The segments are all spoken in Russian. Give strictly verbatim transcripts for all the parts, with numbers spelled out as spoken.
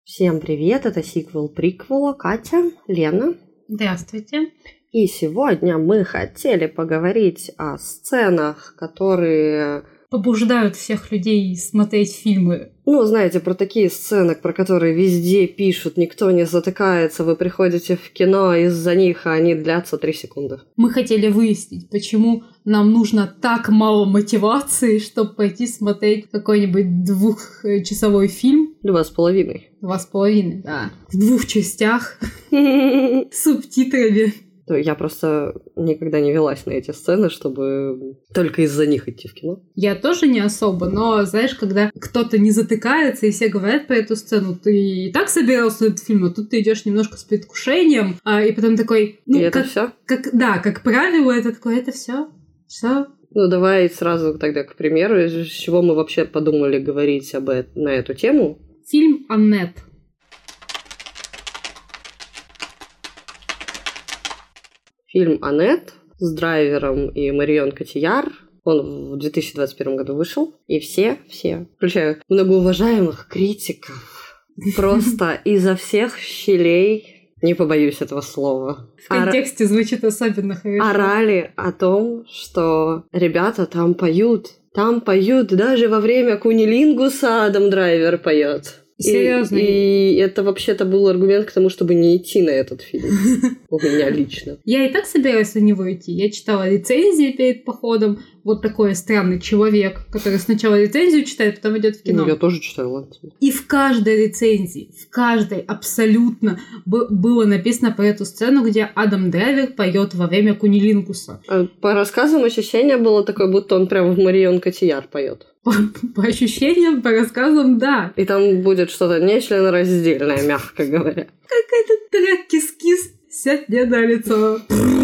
Всем привет, это сиквел приквела. Катя, Лена. Здравствуйте. И сегодня мы хотели поговорить о сценах, которые... побуждают всех людей смотреть фильмы. Ну, знаете, про такие сцены, про которые везде пишут, никто не затыкается, вы приходите в кино из-за них, а они длятся три секунды. Мы хотели выяснить, почему нам нужно так мало мотивации, чтобы пойти смотреть какой-нибудь двухчасовой фильм. Два с половиной. Два с половиной, да. В двух частях. С субтитрами. Я просто никогда не велась на эти сцены, чтобы только из-за них идти в кино. Я тоже не особо, но, знаешь, когда кто-то не затыкается и все говорят про эту сцену, ты и так собирался на этот фильм, а тут ты идешь немножко с предвкушением, а, и потом такой... Ну, и как, это все? Как, да, как правило, это такое, это все, все. Ну, давай сразу тогда, к примеру, с чего мы вообще подумали говорить об э- на эту тему. Фильм «Аннет». Фильм «Аннет» с Драйвером и Марион Котийяр. Он в две тысячи двадцать первом году вышел. И все, все, включая многоуважаемых критиков, просто изо всех щелей, не побоюсь этого слова, в контексте звучит особенно хорошо, орали о том, что ребята там поют. Там поют даже во время кунилингуса Адам Драйвер поет. Серьезно? И, и это вообще-то был аргумент к тому, чтобы не идти на этот фильм. У меня лично. Я и так собираюсь на него идти. Я читала рецензии перед походом. Вот такой странный человек, который сначала рецензию читает, потом идет в кино. Ну, я тоже читаю, ладно. И в каждой рецензии, в каждой абсолютно б- было написано про эту сцену, где Адам Драйвер поет во время кунилингуса. А по рассказам ощущение было такое, будто он прям в Марион Котийяр поет. По, по ощущениям, по рассказам, да. И там будет что-то нечленораздельное, мягко говоря. Как этот трек «Кис-кис». Сядь мне на лицо.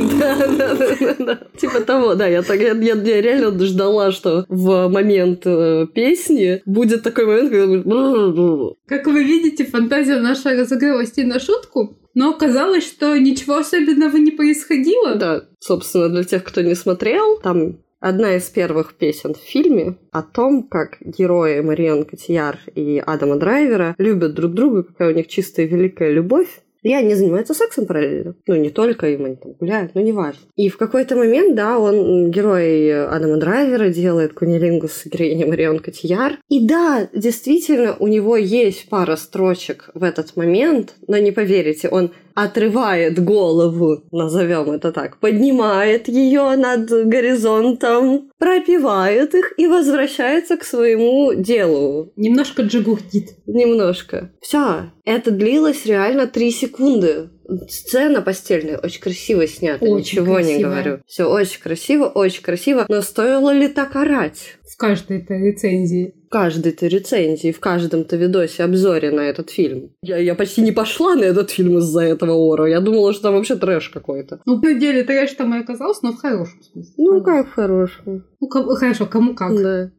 Да-да-да. Типа того, да. Я реально ждала, что в момент песни будет такой момент, когда будет... Как вы видите, фантазия наша разыгралась и на шутку, но оказалось, что ничего особенного не происходило. Да, собственно, для тех, кто не смотрел, там... Одна из первых песен в фильме о том, как герои Марион Котийяр и Адама Драйвера любят друг друга, какая у них чистая и великая любовь. И они занимаются сексом параллельно. Ну, не только им, они там гуляют, но неважно. И в какой-то момент, да, он, герой Адама Драйвера, делает кунилингус с героиней Марион Котийяр. И да, действительно, у него есть пара строчек в этот момент, но не поверите, он отрывает голову, назовем это так, поднимает ее над горизонтом, пропевает их и возвращается к своему делу. Немножко джигурдит. Немножко. Все. Это длилось реально три секунды. Сцена постельная очень красиво снята, очень ничего красиво. Не говорю. Все очень красиво, очень красиво. Но стоило ли так орать? В каждой-то рецензии. В каждой-то рецензии, в каждом-то видосе, обзоре на этот фильм. Я, я почти не пошла на этот фильм из-за этого ора. Я думала, что там вообще трэш какой-то. Ну, на деле трэш там и оказался, но в хорошем смысле. Ну, как в хорошем. Ну, кому, хорошо, кому как. Да.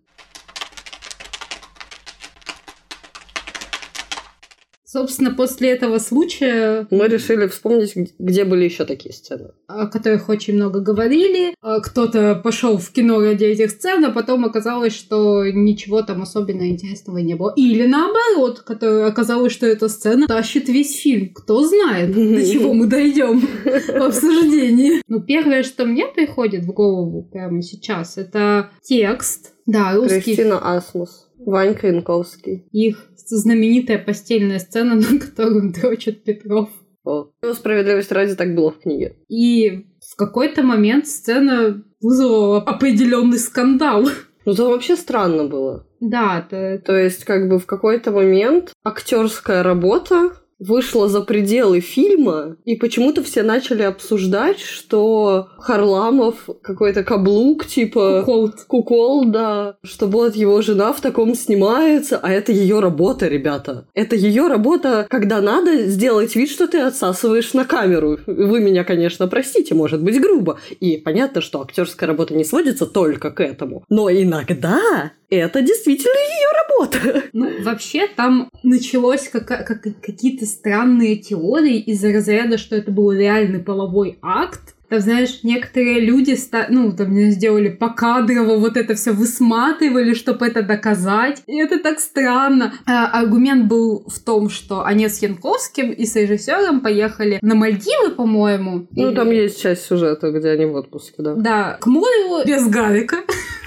Собственно, после этого случая... Мы решили вспомнить, где были еще такие сцены. О которых очень много говорили. Кто-то пошел в кино ради этих сцен, а потом оказалось, что ничего там особенно интересного не было. Или наоборот, оказалось, что эта сцена тащит весь фильм. Кто знает, до чего мы дойдем в обсуждении. Ну, первое, что мне приходит в голову прямо сейчас, это текст. Да, русский. Кристина Асмус. Ванька Янковский. Их знаменитая постельная сцена, на которую дрочит Петров. О. Ну, справедливости ради, так было в книге. И в какой-то момент сцена вызвала определенный скандал. Ну, это вообще странно было. Да, это... То есть, как бы в какой-то момент актерская работа вышла за пределы фильма, и почему-то все начали обсуждать, что Харламов какой-то каблук, типа... Кукол. Кукол, да. Что вот его жена в таком снимается, а это ее работа, ребята. Это ее работа, когда надо сделать вид, что ты отсасываешь на камеру. Вы меня, конечно, простите, может быть грубо. И понятно, что актерская работа не сводится только к этому. Но иногда это действительно ее работа. Ну, вообще, там началось как- как- какие-то странные теории из-за разряда, что это был реальный половой акт. Там, знаешь, некоторые люди, ста- ну, там сделали покадрово, вот это все высматривали, чтобы это доказать. И это так странно. А, аргумент был в том, что они с Янковским и с режиссером поехали на Мальдивы, по-моему. Ну, и... там есть часть сюжета, где они в отпуске, да. Да, к морю без Гарика.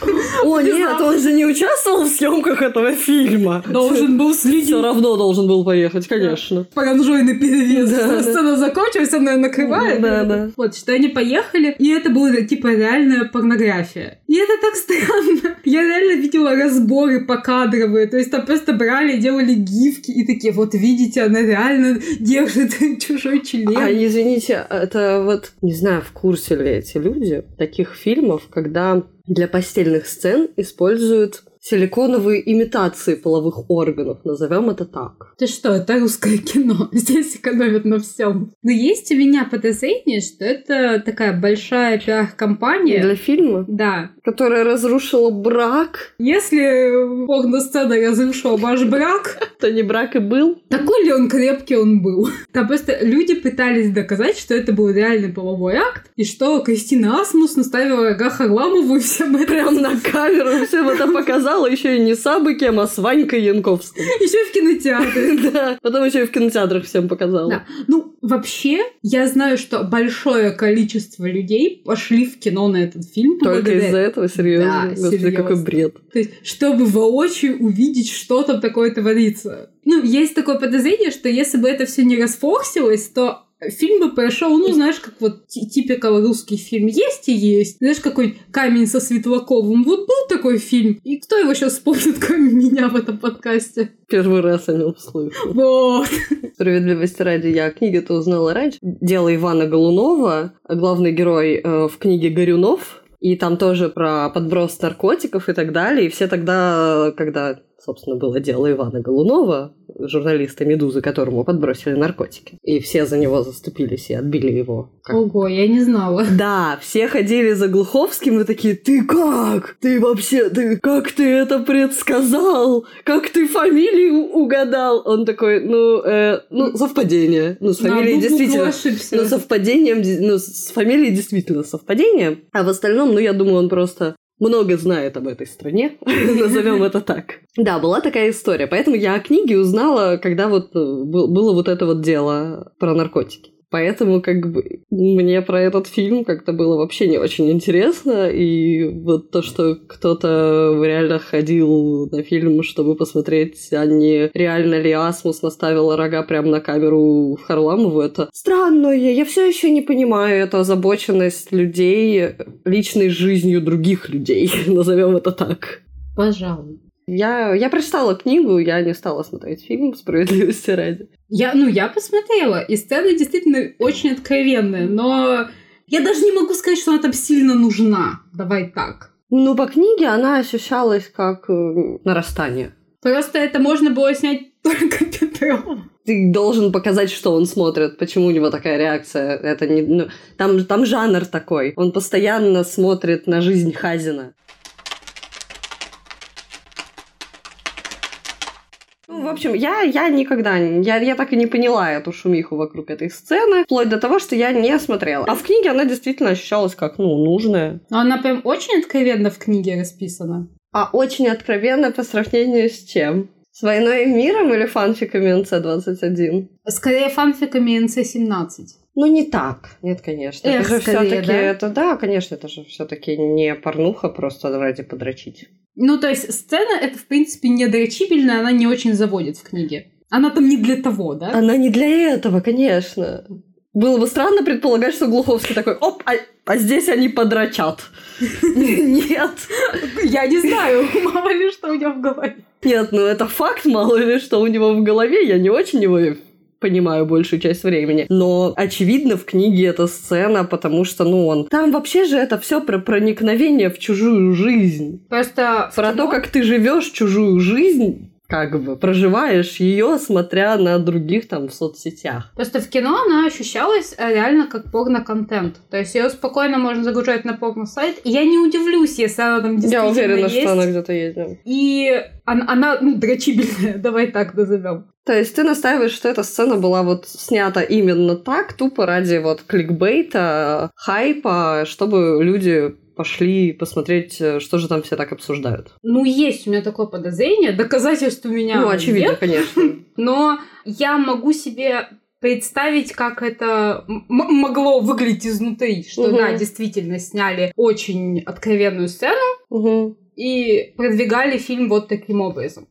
О, нет, он же не участвовал в съемках этого фильма. Должен был следить. Все равно должен был поехать, конечно. Паранжойный перевес. Да, Сцена да. закончилась, она накрывает. Да, да. Вот, что они поехали, и это была, типа, реальная порнография. И это так странно. Я реально видела разборы покадровые. То есть там просто брали, делали гифки и такие, вот видите, она реально держит чужой член. А, извините, это вот, не знаю, в курсе ли эти люди таких фильмов, когда для постельных сцен используют силиконовые имитации половых органов, назовем это так. Ты что, это русское кино, здесь экономят на всем. Но есть у меня подозрение, что это такая большая пиар-компания. Для фильма? Да. Которая разрушила брак. Если порно-сцена разрушила ваш брак, то не брак и был. Такой ли он крепкий он был? Там просто люди пытались доказать, что это был реальный половой акт, и что Кристина Асмус наставила рога Харламову и всем это. Прям на камеру всем это показала, еще и не сабы кем, а с Ванькой Янковским. Еще и в кинотеатре. Да, потом еще и в кинотеатрах всем показала. Да. Ну, вообще, я знаю, что большое количество людей пошли в кино на этот фильм. Только из-за этого? Серьезно? Да, Господи, серьезно. какой бред. То есть, чтобы воочию увидеть, что там такое творится. Ну, есть такое подозрение, что если бы это все не расфорсилось, то фильм бы прошел, ну, знаешь, как вот типикал русский фильм есть и есть. Знаешь, какой «Камень со Светлаковым». Вот был такой фильм. И кто его сейчас вспомнит, кроме меня в этом подкасте? Первый раз о нем слышу. Вот. Справедливости ради, я книги-то узнала раньше. Дело Ивана Голунова, главный герой э, в книге «Горюнов». И там тоже про подброс наркотиков и так далее. И все тогда, когда, собственно, было дело Ивана Голунова, журналиста «Медузы», которому подбросили наркотики. И все за него заступились и отбили его. Как... Ого, я не знала. Да, все ходили за Глуховским и такие: ты как? Ты вообще, ты как ты это предсказал? Как ты фамилию угадал? Он такой, ну, э, ну, совпадение. Ну, с фамилией да, действительно. Ошибся. Ну, совпадением, ну, с фамилией действительно совпадение. А в остальном, ну, я думаю, он просто много знает об этой стране, назовем это так. Да, была такая история. Поэтому я о книге узнала, когда вот было вот это вот дело про наркотики. Поэтому как бы мне про этот фильм как-то было вообще не очень интересно. И вот то, что кто-то реально ходил на фильм, чтобы посмотреть, а не реально ли Асмус наставила рога прямо на камеру в Харламову, это странно. Я все еще не понимаю эту озабоченность людей личной жизнью других людей. Назовем это так. Пожалуй. Я, я прочитала книгу, я не стала смотреть фильм, справедливости ради. Я, ну, я посмотрела, и сцены действительно очень откровенные, но я даже не могу сказать, что она там сильно нужна. Давай так. Ну, по книге она ощущалась как э, нарастание. Просто это можно было снять только Петрова. Ты должен показать, что он смотрит, почему у него такая реакция. Это не, ну, там, там жанр такой. Он постоянно смотрит на жизнь Хазина. Ну, в общем, я, я никогда, я, я так и не поняла эту шумиху вокруг этой сцены, вплоть до того, что я не смотрела. А в книге она действительно ощущалась как, ну, нужная. Но она прям очень откровенно в книге расписана. А очень откровенно по сравнению с чем? С «Войной и миром» или фанфиками эн цэ двадцать один? Скорее, фанфиками эн цэ семнадцать. Ну, не так. Нет, конечно. Эх, это же скорее, все-таки да? это, да, конечно, это же все-таки не порнуха просто ради подрочить. Ну, то есть, сцена это, в принципе, не дрочибельная, она не очень заводит в книге. Она там не для того, да? Она не для этого, конечно. Было бы странно предполагать, что Глуховский такой: оп, а, а здесь они подрочат. Нет. Я не знаю, мало ли что у него в голове. Нет, ну это факт, мало ли что у него в голове. Я не очень его понимаю большую часть времени. Но, очевидно, в книге эта сцена, потому что, ну, он... Там вообще же это все про проникновение в чужую жизнь. Просто... Про то, как ты живешь чужую жизнь, как бы проживаешь ее, смотря на других там в соцсетях. Просто в кино она ощущалась реально как порно-контент. То есть ее спокойно можно загружать на порно-сайт. И я не удивлюсь, если она там действительно есть. Я уверена, есть. что она где-то есть. Да. И она, она, ну, дрочибельная, давай так назовем. То есть ты настаиваешь, что эта сцена была вот снята именно так, тупо ради вот кликбейта, хайпа, чтобы люди пошли посмотреть, что же там все так обсуждают. Ну, есть у меня такое подозрение, доказательств у меня Ну, очевидно, нет, конечно. Но я могу себе представить, как это м- могло выглядеть изнутри, что угу. да, действительно сняли очень откровенную сцену угу. и продвигали фильм вот таким образом.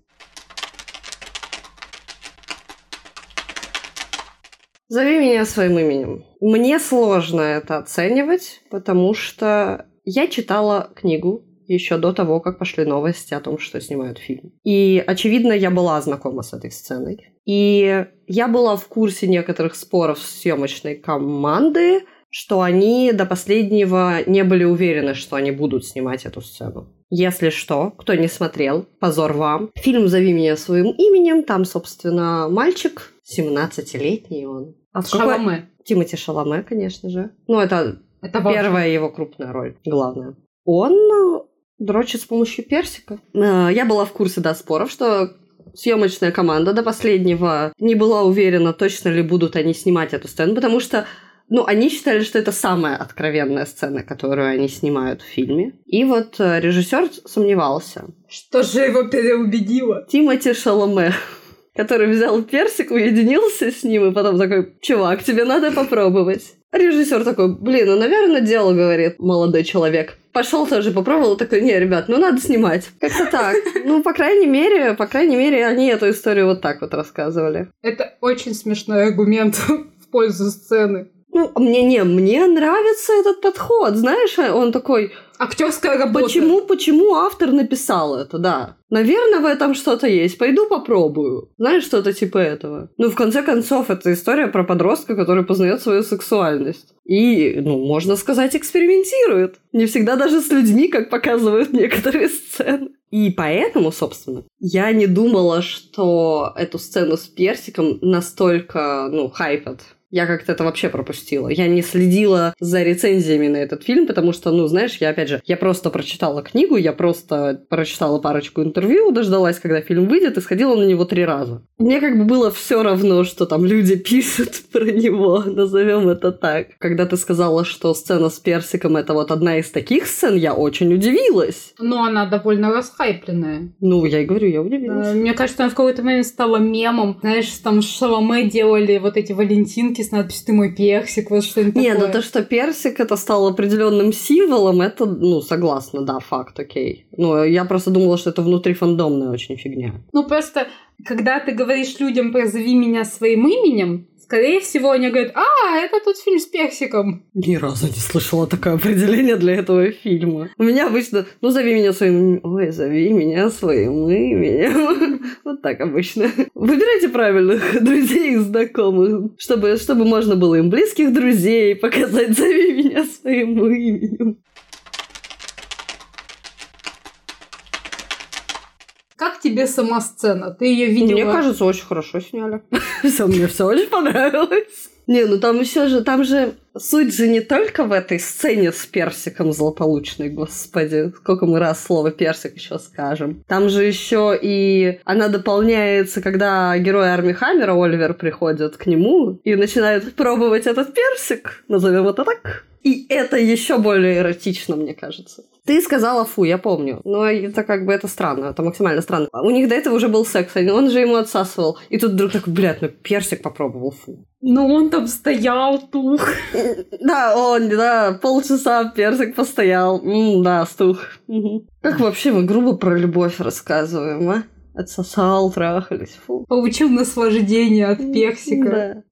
Зови меня своим именем. Мне сложно это оценивать, потому что я читала книгу еще до того, как пошли новости о том, что снимают фильм. И, очевидно, я была знакома с этой сценой. И я была в курсе некоторых споров съемочной команды, что они до последнего не были уверены, что они будут снимать эту сцену. Если что, кто не смотрел, позор вам. Фильм «Зови меня своим именем», там, собственно, мальчик, семнадцатилетний он. А Шаломе. Какой... Тимоти Шаломе, конечно же. Ну, это, это первая важно. Его крупная роль, главная. Он дрочит с помощью персика. Я была в курсе, да, споров, что съемочная команда до последнего не была уверена, точно ли будут они снимать эту сцену, потому что ну, они считали, что это самая откровенная сцена, которую они снимают в фильме. И вот режиссер сомневался. Что же его переубедило? Тимоти Шаломе, который взял персик, уединился с ним, и потом такой: чувак, тебе надо попробовать. Режиссер такой: блин, ну, наверное, дело, говорит молодой человек. Пошел тоже попробовал, такой: не, ребят, ну надо снимать. Как-то так. Ну, по крайней мере, по крайней мере, они эту историю вот так вот рассказывали. Это очень смешной аргумент в пользу сцены. Ну, мне не, мне нравится этот подход, знаешь, он такой... Актерская работа. Почему, почему автор написал это, да. Наверное, в этом что-то есть. Пойду попробую. Знаешь, что-то типа этого. Ну, в конце концов, это история про подростка, который познает свою сексуальность. И, ну, можно сказать, экспериментирует. Не всегда даже с людьми, как показывают некоторые сцены. И поэтому, собственно, я не думала, что эту сцену с персиком настолько, ну, хайпят. Я как-то это вообще пропустила. Я не следила за рецензиями на этот фильм, потому что, ну, знаешь, я, опять же, я просто прочитала книгу, я просто прочитала парочку интервью, дождалась, когда фильм выйдет, и сходила на него три раза. Мне как бы было все равно, что там люди пишут про него, назовем это так. Когда ты сказала, что сцена с персиком — это вот одна из таких сцен, я очень удивилась. Но она довольно расхайпленная. Ну, я и говорю, я удивилась. Мне кажется, она в какой-то момент стала мемом. Знаешь, там Шаломе делали вот эти валентинки с надписью «Ты мой персик», вот что-нибудь Не, такое. ну то, что персик это стал определенным символом, это, ну, согласна, да, факт, окей. Ну, я просто думала, что это внутрифандомная очень фигня. Ну, просто, когда ты говоришь людям «позови меня своим именем», скорее всего, они говорят: а, это тот фильм с персиком. Ни разу не слышала такое определение для этого фильма. У меня обычно: ну, зови меня своим именем. Ой, зови меня своим именем. Вот так обычно. Выбирайте правильных друзей и знакомых, чтобы, чтобы можно было им близких друзей показать: зови меня своим именем. Как тебе сама сцена? Ты ее видела? Мне кажется, очень хорошо сняли. Все, мне все очень понравилось. Не, ну там еще же, там же суть же не только в этой сцене с персиком злополучной, господи, сколько мы раз слово персик еще скажем. Там же еще и она дополняется, когда герой Арми Хаммера, Оливер, приходит к нему и начинает пробовать этот персик, назовем это так. И это еще более эротично, мне кажется. Ты сказала «фу», я помню. Но это как бы это странно, это максимально странно. У них до этого уже был секс, он же ему отсасывал. И тут вдруг такой: блядь, ну персик попробовал, фу. Ну он там стоял, тух. Да, он, да, полчаса персик постоял. М, да, стух. Угу. Как вообще мы грубо про любовь рассказываем, а? Отсосал, трахались, фу. Получил наслаждение от персика. Да.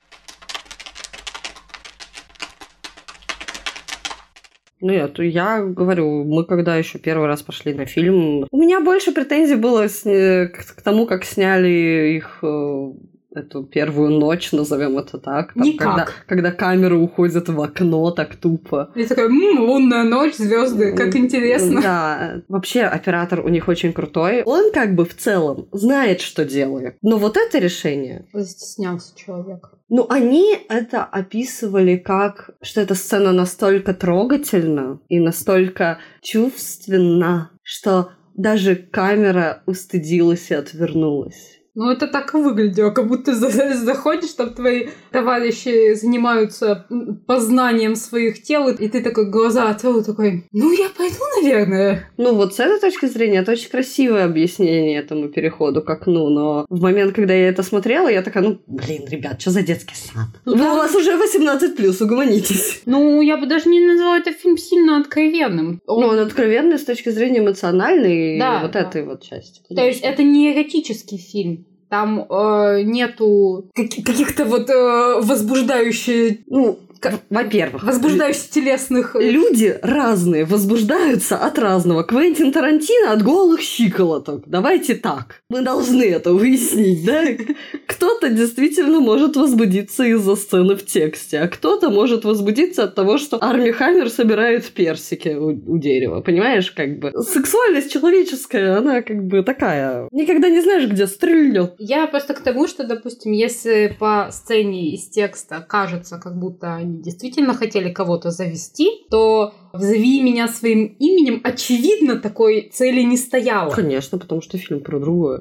Ну нет, я говорю, мы когда еще первый раз пошли на фильм, у меня больше претензий было с, к, к тому, как сняли их э, эту первую ночь, назовем это так. Там, Никак. Когда, когда камера уходит в окно так тупо. И такая, м-м, лунная ночь, звезды, как интересно. Да, вообще оператор у них очень крутой. Он как бы в целом знает, что делает. Но вот это решение... Застеснялся человек. Ну, они это описывали как, что эта сцена настолько трогательна и настолько чувственна, что даже камера устыдилась и отвернулась. Ну, это так и выглядело, как будто заходишь, там твои товарищи занимаются познанием своих тел, и ты такой глаза отвел, такой, ну, я пойду, наверное. Ну, вот с этой точки зрения, это очень красивое объяснение этому переходу к окну, но в момент, когда я это смотрела, я такая, ну, блин, ребят, что за детский сад? Ну, да. У вас уже восемнадцать плюс, угомонитесь. Ну, я бы даже не назвала этот фильм сильно откровенным. Он... Ну, он откровенный с точки зрения эмоциональной да, и вот да. этой вот части. Конечно. То есть это не эротический фильм. Там э, нету как- каких-то вот э, возбуждающих... Ну, как, во-первых... Возбуждающих телесных... Люди разные, возбуждаются от разного. Квентин Тарантино от голых щиколоток. Давайте так. Мы должны это выяснить, да? Кто-то действительно может возбудиться из-за сцены в тексте, а кто-то может возбудиться от того, что Арми Хаммер собирает персики у, у дерева. Понимаешь, как бы? Сексуальность человеческая, она как бы такая. Никогда не знаешь, где стрельнет. Я просто к тому, что, допустим, если по сцене из текста кажется, как будто они действительно хотели кого-то завести, то «Зови меня своим именем» очевидно такой цели не стояло. Конечно, потому что фильм про другое.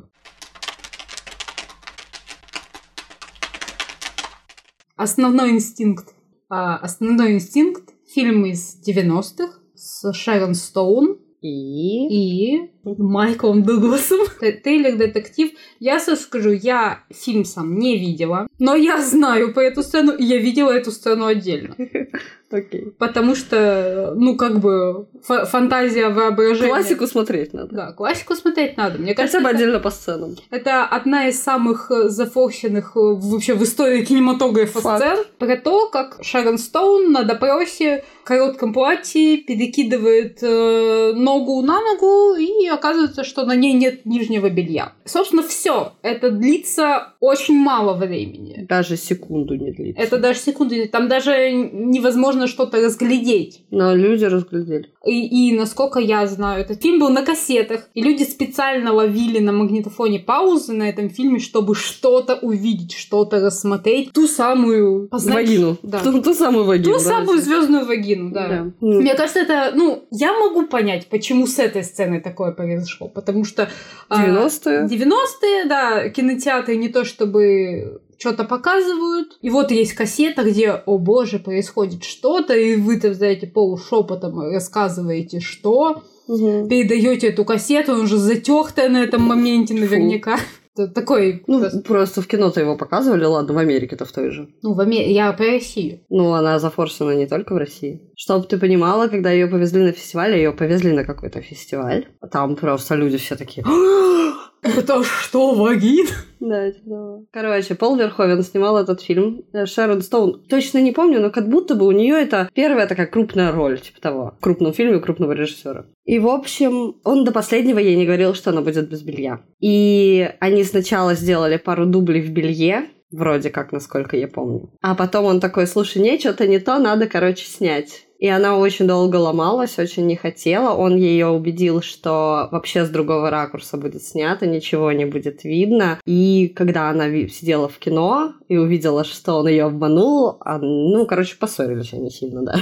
Основной инстинкт. А, основной инстинкт. Фильм из девяностых с Шерон Стоун. И... И Майклом Дугласом. Трейлер-детектив. Я скажу, я фильм сам не видела, но я знаю по эту сцену, и я видела эту сцену отдельно. Окей. Потому что, ну, как бы, ф- фантазия, воображение... Классику смотреть надо. Да, классику смотреть надо. Мне кажется, хотя бы это, отдельно по сценам. это одна из самых зафорщенных вообще в истории кинематографа Факт. сцен про то, как Шерон Стоун на допросе в коротком платье перекидывает э, ногу на ногу, и оказывается, что на ней нет нижнего белья. Собственно, все. Это длится очень мало времени. Даже секунду не длится. Это даже секунды. Там даже невозможно что-то разглядеть. Но люди разглядели. И, и, насколько я знаю, этот фильм был на кассетах, и люди специально ловили на магнитофоне паузы на этом фильме, чтобы что-то увидеть, что-то рассмотреть. Ту самую... Познать... Вагину. Да. Ту, ту самую вагину. Ту самую звездную вагину, да. да. Мне кажется, это... Ну, я могу понять, почему с этой сценой такое произошло. Потому что... девяностые. девяностые, да. Кинотеатры не то чтобы... что-то показывают, и вот есть кассета, где, о боже, происходит что-то, и вы, там, знаете, полушепотом рассказываете, что, угу. передаете эту кассету, он уже затёхтая на этом моменте наверняка. Такой... Ну, просто... просто в кино-то его показывали, ладно, в Америке-то в той же. Ну, в Америке, я про Россию. Ну, она зафорсена не только в России. Чтобы ты понимала, когда ее повезли на фестиваль, ее повезли на какой-то фестиваль, там просто люди все такие... Это что, вагин? Да, да. Короче, Пол Верховен снимал этот фильм. Шерон Стоун, точно не помню, но как будто бы у нее это первая такая крупная роль, типа того, в крупном фильме крупного режиссера. И, в общем, он до последнего ей не говорил, что она будет без белья. И они сначала сделали пару дублей в белье, вроде как, насколько я помню. А потом он такой, слушай, не, что-то не то, надо, короче, снять. И она очень долго ломалась, очень не хотела. Он ее убедил, что вообще с другого ракурса будет снято, ничего не будет видно. И когда она сидела в кино и увидела, что он ее обманул, а, ну, короче, поссорились они сильно, да.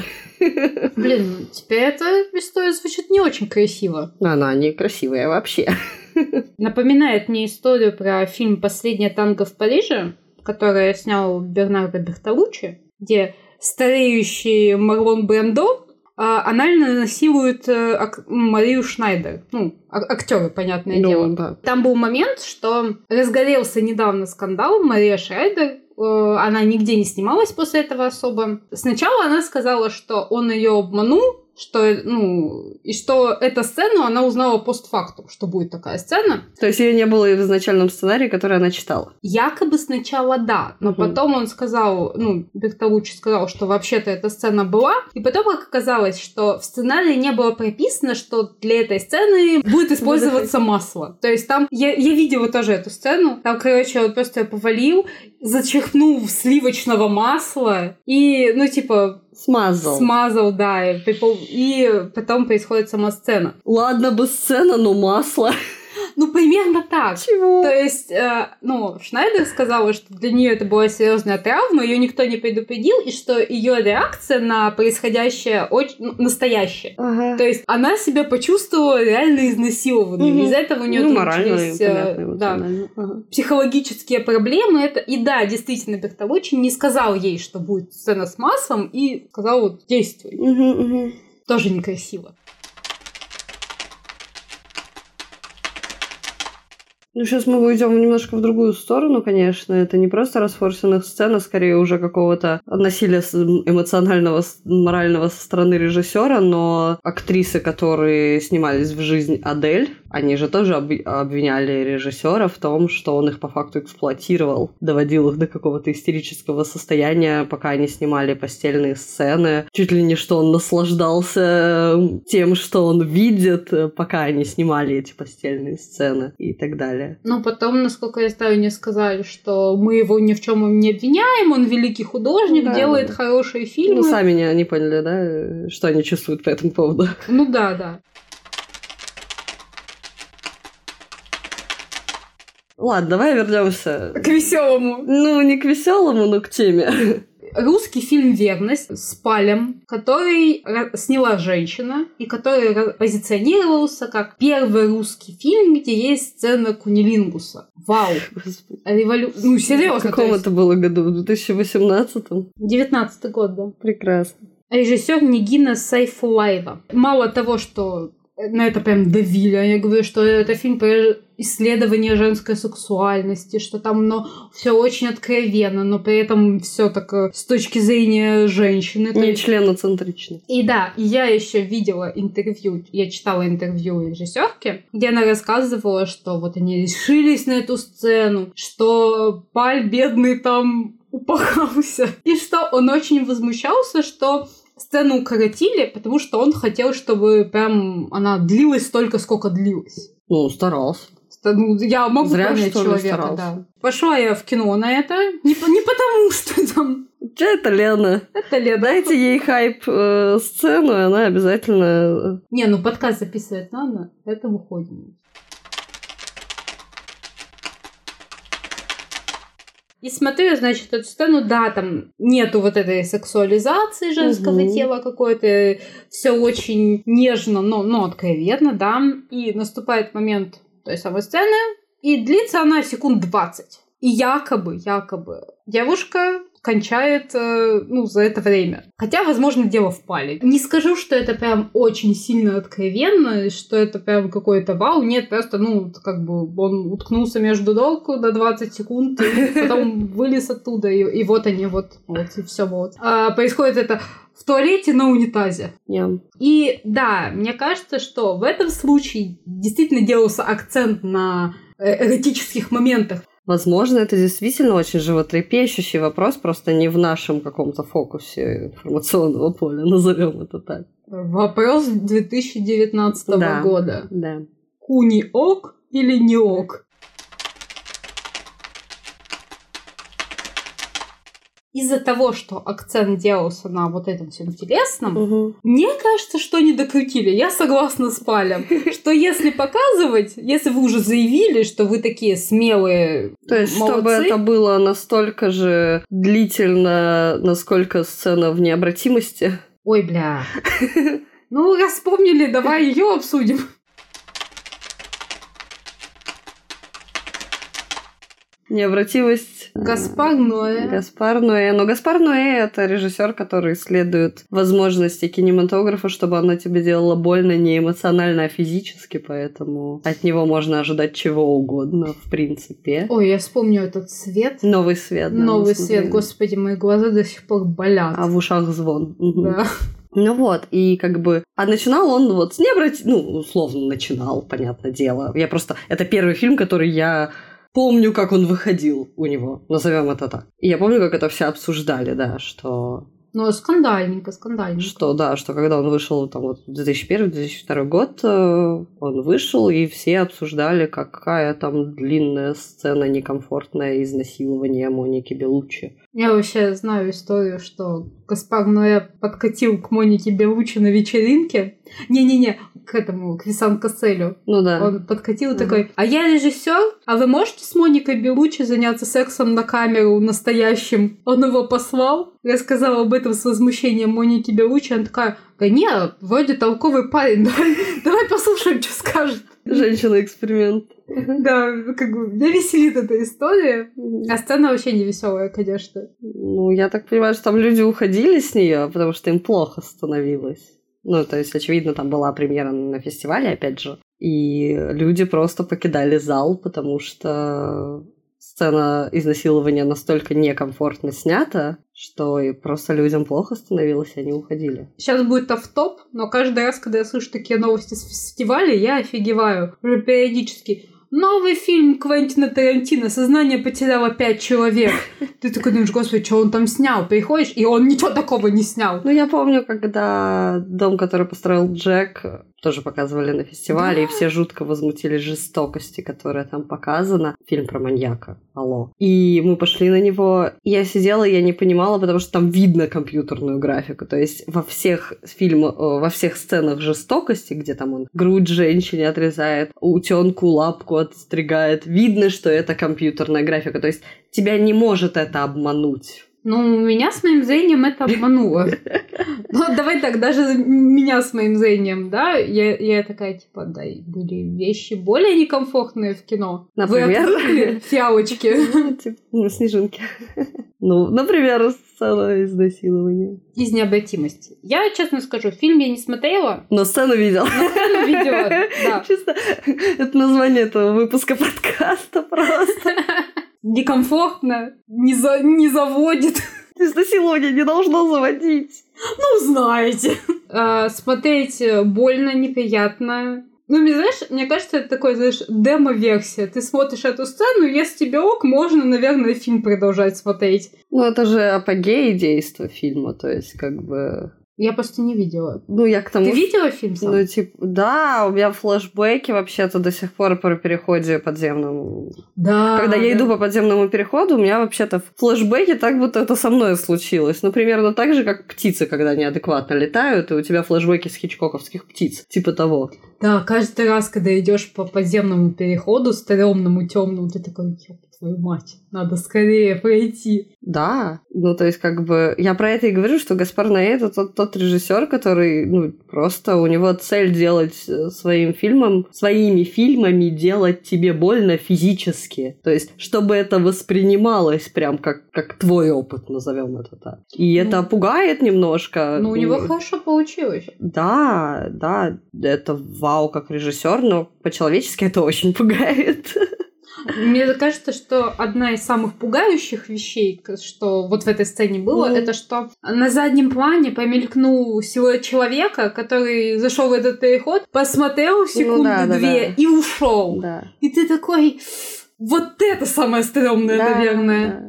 Блин, теперь эта история звучит не очень красиво. Она некрасивая вообще. Напоминает мне историю про фильм «Последнее танго в Париже», который снял Бернардо Бертолуччи, где стареющий Марлон Брандо а, анально насилует а, ак- Марию Шнайдер. Ну, а- актеры, понятное ну, дело. Да. Там был момент, что разгорелся недавно скандал. Мария Шнайдер, она нигде не снималась после этого особо. Сначала она сказала, что он ее обманул, что, ну, и что эту сцену она узнала постфактум, что будет такая сцена. То есть ее не было и в изначальном сценарии, который она читала? Якобы сначала да, но угу. потом он сказал, ну, Бертолуччи сказал, что вообще-то эта сцена была, и потом как оказалось, что в сценарии не было прописано, что для этой сцены будет использоваться масло. То есть там, я, я видела тоже эту сцену, там, короче, он просто ее повалил, зачерпнул сливочного масла и, ну, типа... Смазал. Смазал, да. И, и потом происходит сама сцена. Ладно бы сцена, но масло. Ну, примерно так. Чего? То есть, э, ну, Шнайдер сказала, что для нее это была серьезная травма, ее никто не предупредил, и что ее реакция на происходящее очень ну, настоящая. Ага. То есть, она себя почувствовала реально изнасилованной. Угу. Из-за этого у нее ну, начались э, да, ага. психологические проблемы. Это... И да, действительно, Бертолуччи не сказал ей, что будет сцена с маслом, и сказал, вот, действуй. Угу, угу. Тоже некрасиво. Ну, сейчас мы уйдем немножко в другую сторону, конечно. Это не просто расфорсенных сцен, а скорее уже какого-то насилия эмоционального, морального со стороны режиссера, но актрисы, которые снимались в «Жизнь Адель», они же тоже об- обвиняли режиссера в том, что он их по факту эксплуатировал, доводил их до какого-то истерического состояния, пока они снимали постельные сцены. Чуть ли не что он наслаждался тем, что он видит, пока они снимали эти постельные сцены и так далее. Но потом, насколько я знаю, не сказали, что мы его ни в чем не обвиняем, он великий художник, да, делает да. хорошие фильмы. Ну, сами не, не поняли, да, что они чувствуют по этому поводу. Ну да, да. Ладно, давай вернемся к веселому. Ну, не к веселому, но к теме. Русский фильм «Верность» с Палем, который сняла женщина и который позиционировался как первый русский фильм, где есть сцена кунилингуса. Вау! Револю... Ну, серьезно. В каком есть... это было году? В две тысячи восемнадцатом? девятнадцатый год, да. Прекрасно. Режиссер Нигина Сайфулаева. Мало того, что на это прям давили. Я говорю, что это фильм про исследование женской сексуальности, что там ну, все очень откровенно, но при этом все так с точки зрения женщины. Не есть... членоцентрично. И да, я еще видела интервью, я читала интервью режиссерки, где она рассказывала, что вот они решились на эту сцену, что Паль бедный там упахался, и что он очень возмущался, что сцену укоротили, потому что он хотел, чтобы прям она длилась столько, сколько длилась. Ну, старался. Ну, я могу Зря, понять что человека, старался. да. Пошла я в кино на это, не, не потому что там... Это Лена. Это Лена. Дайте ей хайп-сцену, и она обязательно... Не, ну подкаст записывать надо, поэтому ходим. И смотрю, значит, эту сцену, да, там нету вот этой сексуализации женского угу. тела какой-то, все очень нежно, но, но откровенно, да. И наступает момент той самой сцены, и длится она секунд двадцать. И якобы, якобы, девушка кончает, ну, за это время. Хотя, возможно, дело в Пале. Не скажу, что это прям очень сильно откровенно, что это прям какой-то вау. Нет, просто, ну, как бы он уткнулся между ног до двадцать секунд, и потом вылез оттуда, и, и вот они, вот, вот, и все вот. А, происходит это в туалете на унитазе. Yeah. И да, мне кажется, что в этом случае действительно делался акцент на эротических моментах. Возможно, это действительно очень животрепещущий вопрос, просто не в нашем каком-то фокусе информационного поля, назовем это так. Вопрос две тысячи девятнадцатого да, года. Да. Куни ок или не ок? Из-за того, что акцент делался на вот этом всем телесном, угу. мне кажется, что не докрутили. Я согласна с Палем, что если показывать, если вы уже заявили, что вы такие смелые То есть, молодцы, чтобы это было настолько же длительно, насколько сцена в необратимости. Ой, бля. Ну, раз вспомнили, давай ее обсудим. Необратимость. Гаспар Ноэ. Гаспар Ноэ. Но Гаспар Ноэ — это режиссер, который исследует возможности кинематографа, чтобы оно тебе делало больно не эмоционально, а физически, поэтому от него можно ожидать чего угодно, в принципе. Ой, я вспомню этот свет. Новый свет. Да, Новый свет. Господи, мои глаза до сих пор болят. А в ушах звон. Да. Ну вот, и как бы... А начинал он вот с необрати... Ну, условно начинал, понятное дело. Я просто... Это первый фильм, который я помню, как он выходил у него. Назовем это так. И я помню, как это все обсуждали, да, что... Ну, скандальненько, скандальненько. Что, да, что когда он вышел, там, вот, две тысячи первый - две тысячи второй год, он вышел, и все обсуждали, какая там длинная сцена некомфортное изнасилование Моники Беллуччи. Я вообще знаю историю, что Гаспар Ноэ подкатил к Монике Беллуччи на вечеринке. Не-не-не, к этому, к Висан Касселю. Ну да. Он подкатил Ага. такой: а я режиссер, а вы можете с Моникой Беллуччи заняться сексом на камеру настоящим? Он его послал, рассказал об этом с возмущением Моники Беллуччи. Она такая: да не, вроде толковый парень, давай, давай послушаем, что скажет. Женщина-эксперимент. Да, как бы меня веселит эта история. А сцена вообще не веселая, конечно. Ну, я так понимаю, что там люди уходили с нее, потому что им плохо становилось. Ну, то есть, очевидно, там была премьера на фестивале, опять же. И люди просто покидали зал, потому что сцена изнасилования настолько некомфортно снята, что и просто людям плохо становилось, и они уходили. Сейчас будет автоп, но каждый раз, когда я слышу такие новости с фестиваля, я офигеваю. Уже периодически. Новый фильм Квентина Тарантино. Сознание потеряло пять человек. Ты такой думаешь: господи, что он там снял? Приходишь, и он ничего такого не снял. Ну, я помню, когда «Дом, который построил Джек», тоже показывали на фестивале, да. И все жутко возмутились жестокости, которая там показана. Фильм про маньяка. Алло. И мы пошли на него. Я сидела, я не понимала, потому что там видно компьютерную графику. То есть во всех фильмах, во всех сценах жестокости, где там он грудь женщине отрезает, утенку лапку отстригает, видно, что это компьютерная графика. То есть тебя не может это обмануть. Ну, меня с моим зрением это обмануло. Ну, давай так, даже меня с моим зрением, да, я, я такая, типа, да, были вещи более некомфортные в кино. Например? Вы открыли фиалочки. Ну, снежинки. Ну, например, сцена изнасилования. Из необратимости. Я, честно скажу, фильм я не смотрела. Но сцену видела. Но сцену видела, да. Чисто, это название этого выпуска подкаста просто. Некомфортно, не, за, не заводит. Изнасилование не должно заводить. Ну, знаете. А, смотреть больно, неприятно. Ну, мне, знаешь, мне кажется, это такой, знаешь, демо-версия. Ты смотришь эту сцену, если тебе ок, можно, наверное, фильм продолжать смотреть. Ну, это же апогей действа фильма, то есть, как бы... Я просто не видела. Ну, я к тому... Ты видела фильм сам? Ну, типа, да, у меня флешбеки вообще-то до сих пор про переходе подземному. Да. Когда да. я иду по подземному переходу, у меня вообще-то флешбеки так, будто это со мной случилось. Ну, примерно так же, как птицы, когда неадекватно летают, и у тебя флешбеки с хичкоковских птиц. Типа того. Да, каждый раз, когда идешь по подземному переходу, стрёмному, темному, ты такой: ёб твою мать, надо скорее пройти. Да, ну то есть как бы я про это и говорю, что Гаспар Ноэ это тот, тот режиссер, который, ну, просто у него цель делать своим фильмом, своими фильмами делать тебе больно физически. То есть, чтобы это воспринималось прям как, как твой опыт, назовем это так. И ну, это пугает немножко. Ну, у него хорошо получилось. Да, да, это вау как режиссер, но по-человечески это очень пугает. Мне кажется, что одна из самых пугающих вещей, что вот в этой сцене было, mm. это что на заднем плане промелькнул силуэт человека, который зашел в этот переход, посмотрел секунды ну, да, две да, да. и ушел. Да. И ты такой: вот это самое стрёмное, да, наверное. Да, да.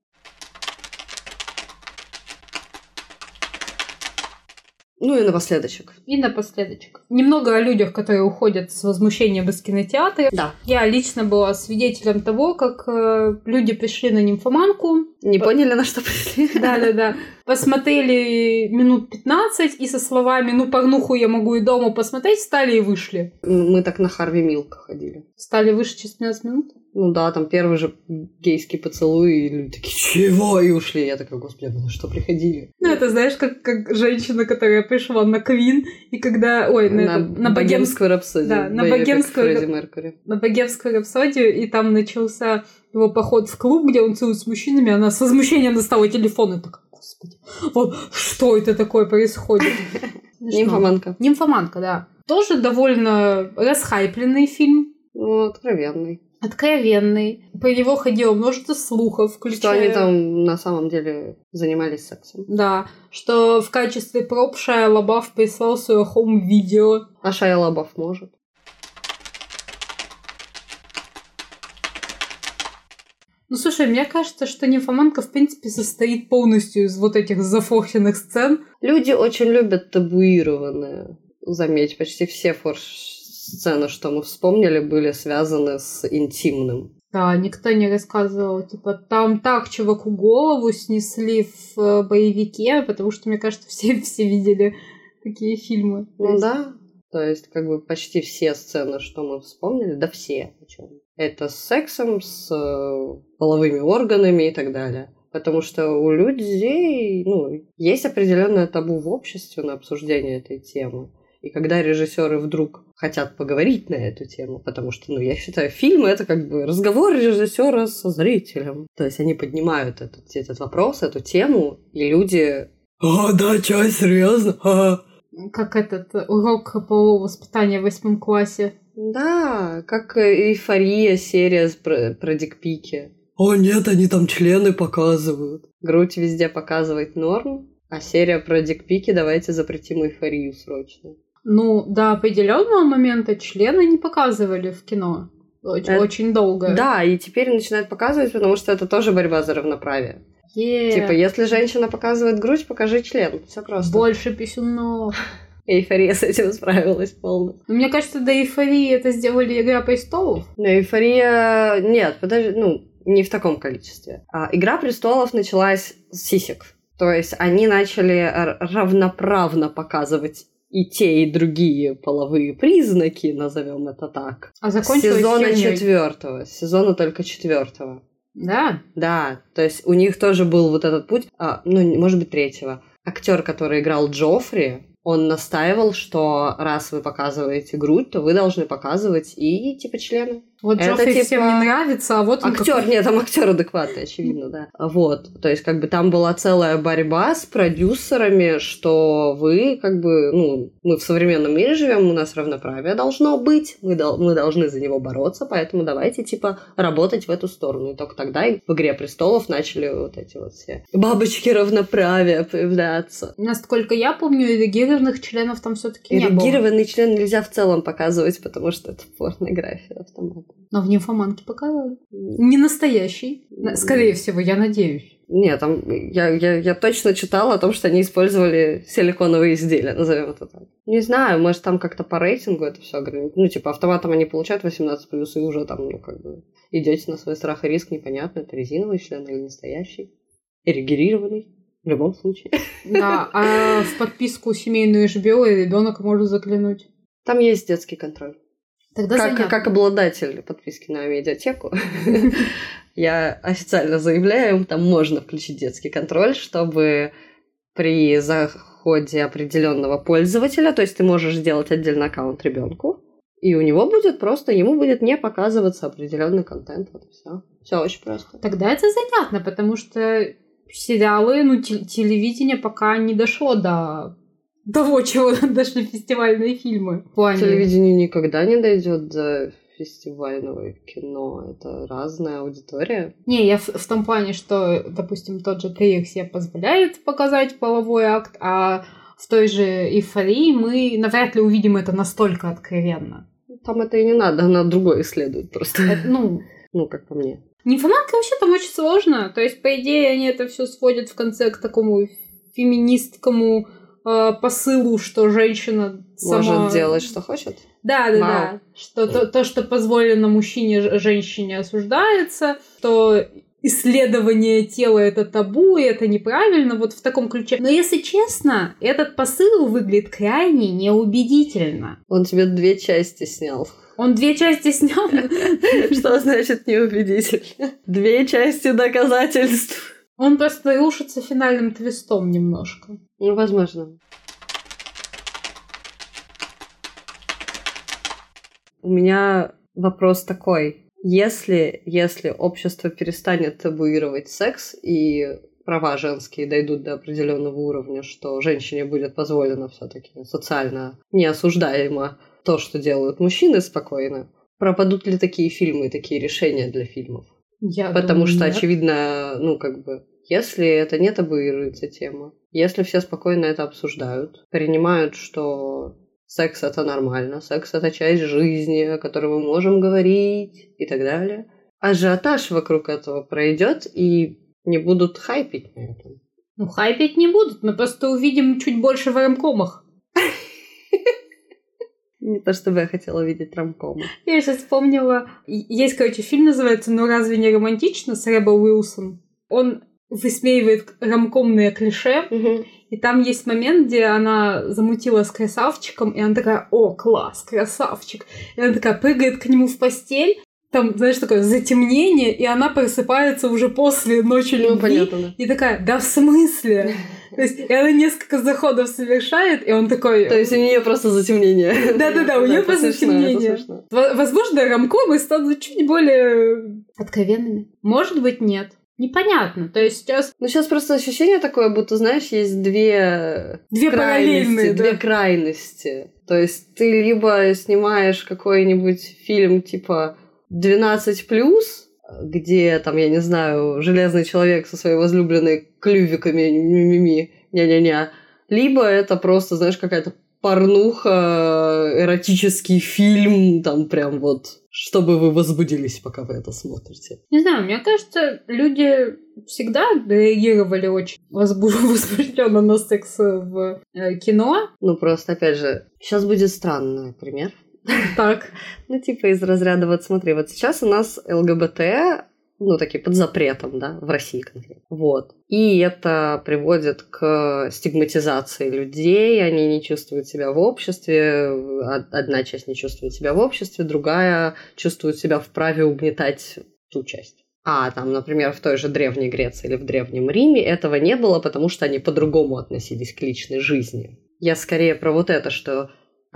Ну и напоследочек. И напоследочек. Немного о людях, которые уходят с возмущением из кинотеатра. Да. Я лично была свидетелем того, как э, люди пришли на «Нимфоманку». Не По... поняли, на что пришли. Да-да-да. Посмотрели минут пятнадцать и со словами: ну, порнуху я могу и дома посмотреть, встали и вышли. Мы так на Харви Милк ходили. Встали и вышли через пятнадцать минут? Ну да, там первый же гейский поцелуй, и люди такие: чего? И ушли. Я такая: господи, вы на что приходили? Ну, это знаешь, как, как женщина, которая пришла на Квин, и когда... Ой, на, на, это, на богемскую рапсодию. Да, на богемскую... на богемскую рапсодию, и там начался его поход в клуб, где он целует с мужчинами, она с возмущением достала телефон, и такая: господи, вот что это такое происходит? Нимфоманка. Нимфоманка, да. Тоже довольно расхайпленный фильм. Ну, откровенный. откровенный. По него ходило множество слухов, включая... Что они там на самом деле занимались сексом. Да, что в качестве проб Шайя Лабаф прислал свое хоум-видео. А Шайя Лабаф может? Ну, слушай, мне кажется, что «Нимфоманка» в принципе состоит полностью из вот этих зафорченных сцен. Люди очень любят табуированное. Заметь, почти все форш-сцены, что мы вспомнили, были связаны с интимным. Да, никто не рассказывал, типа, там так чуваку голову снесли в боевике, потому что, мне кажется, все, все видели такие фильмы. Ну да, то есть, как бы, почти все сцены, что мы вспомнили, да все, причем. Это с сексом, с половыми органами и так далее. Потому что у людей, ну, есть определенное табу в обществе на обсуждение этой темы. И когда режиссеры вдруг хотят поговорить на эту тему, потому что, ну, я считаю, фильмы — это как бы разговор режиссера со зрителем. То есть они поднимают этот, этот вопрос, эту тему, и люди... «А, да, чё, серьезно? А?» Как этот урок полового воспитания в восьмом классе. Да, как «Эйфория», серия про, про дикпики. «О, нет, они там члены показывают». Грудь везде показывать норм, а серия про дикпики давайте запретим «Эйфорию» срочно. Ну, до определенного момента члены не показывали в кино. Очень, это... очень долго. Да, и теперь начинают показывать, потому что это тоже борьба за равноправие. Yeah. Типа, если женщина показывает грудь, покажи член. Все просто. Больше писюнов. Эйфория с этим справилась полностью. Мне кажется, до «Эйфории» это сделали «Игра престолов». Но «Эйфория»... Нет, подожди, ну, не в таком количестве. А, «Игра престолов» началась с сисек. То есть они начали равноправно показывать и те, и другие половые признаки, назовем это так. А закончилось сезона четвертого. Сезона только четвертого. Да? Да, то есть у них тоже был вот этот путь, а, ну, может быть, третьего. Актер, который играл Джоффри, он настаивал, что раз вы показываете грудь, то вы должны показывать и типа члены. Вот это, Джоффри типа... всем не нравится, а вот он актер, какой... нет, там актер адекватный, очевидно, да. Вот, то есть как бы там была целая борьба с продюсерами, что вы как бы, ну, мы в современном мире живем, у нас равноправие должно быть, мы, дол- мы должны за него бороться, поэтому давайте типа работать в эту сторону. И только тогда в «Игре престолов» начали вот эти вот все бабочки равноправия появляться. Насколько я помню, эрегированных членов там все-таки не было. Эрегированный член нельзя в целом показывать, потому что это порнография автомата. Но в «Нимфоманке» показывали. Не настоящий. Скорее всего, я надеюсь. Нет, там я, я, я точно читала о том, что они использовали силиконовые изделия, назовем это так. Не знаю, может, там как-то по рейтингу это все ограничено. Ну, типа, автоматом они получают восемнадцать плюс, и уже там, ну, как бы, идете на свой страх и риск, непонятно, это резиновый член или настоящий. Эрегированный. В любом случае. Да, а в подписку семейную эйч би о ребенок может заглянуть. Там есть детский контроль. Тогда как, как обладатель подписки на медиатеку, я официально заявляю, там можно включить детский контроль, чтобы при заходе определенного пользователя, то есть ты можешь сделать отдельный аккаунт ребенку, и у него будет просто, ему будет не показываться определенный контент. Вот и все. Все очень просто. Тогда это занятно, потому что сериалы, ну, телевидение пока не дошло до того, чего дошли фестивальные фильмы. Телевидение никогда не дойдет до фестивального кино. Это разная аудитория. Не, я в, в том плане, что, допустим, тот же Криер себе позволяет показать половой акт, а в той же «Эйфории» мы навряд ли увидим это настолько откровенно. Там это и не надо, она другое исследует просто. Это, ну... ну, как по мне. «Нимфоманка» вообще там очень сложно. То есть, по идее, они это все сводят в конце к такому феминистскому посылу, что женщина сама... может делать, что хочет? Да, да, Вау. да. Что то, то, что позволено мужчине, женщине осуждается, что исследование тела — это табу, и это неправильно, вот в таком ключе. Но, если честно, этот посыл выглядит крайне неубедительно. Он тебе две части снял. Он две части снял? Что значит неубедительно? Две части доказательств. Он просто рушится финальным твистом немножко. Ну, возможно. У меня вопрос такой. Если, если общество перестанет табуировать секс и права женские дойдут до определенного уровня, что женщине будет позволено все-таки социально неосуждаемо то, что делают мужчины спокойно, пропадут ли такие фильмы, такие решения для фильмов? Я Потому думаю, что, нет. очевидно, ну, как бы, если это не табуируется тема, если все спокойно это обсуждают, принимают, что секс — это нормально, секс — это часть жизни, о которой мы можем говорить и так далее, ажиотаж вокруг этого пройдет, и не будут хайпить на этом. Ну, хайпить не будут, мы просто увидим чуть больше в ромкомах. Не то чтобы я хотела видеть ромкомы. Я сейчас вспомнила. Есть, короче, фильм называется «Ну разве не романтично» с Ребел Уилсон. Он высмеивает ромкомные клише, Угу. и там есть момент, где она замутила с красавчиком, и она такая: «О, класс, красавчик!» И она такая прыгает к нему в постель, там, знаешь, такое затемнение, и она просыпается уже после ночи любви. Ну, понятно, да. И такая: «Да в смысле?» То есть, и она несколько заходов совершает, и он такой... То есть у нее просто затемнение. Да-да-да, у нее просто затемнение. Возможно, ромкомы станут чуть более откровенными. Может быть, нет. Непонятно. То есть сейчас... Ну, сейчас просто ощущение такое, будто, знаешь, есть две... Две параллельные, да. Две крайности. То есть ты либо снимаешь какой-нибудь фильм типа двенадцать плюс, где, там, я не знаю, железный человек со своей возлюбленной клювиками, ми-ми-ми, ня-ня-ня. Либо это просто, знаешь, какая-то порнуха, эротический фильм, там прям вот, чтобы вы возбудились, пока вы это смотрите. Не знаю, мне кажется, люди всегда реагировали очень возбужденно на секс в э, кино. Ну, просто, опять же, сейчас будет странный пример. Так. Ну, типа из разряда, вот смотри, вот сейчас у нас ЛГБТ, ну, такие под запретом, да, в России конкретно. Вот. И это приводит к стигматизации людей, они не чувствуют себя в обществе, одна часть не чувствует себя в обществе, другая чувствует себя вправе угнетать ту часть. А там, например, в той же Древней Греции или в Древнем Риме этого не было, потому что они по-другому относились к личной жизни. Я скорее про вот это, что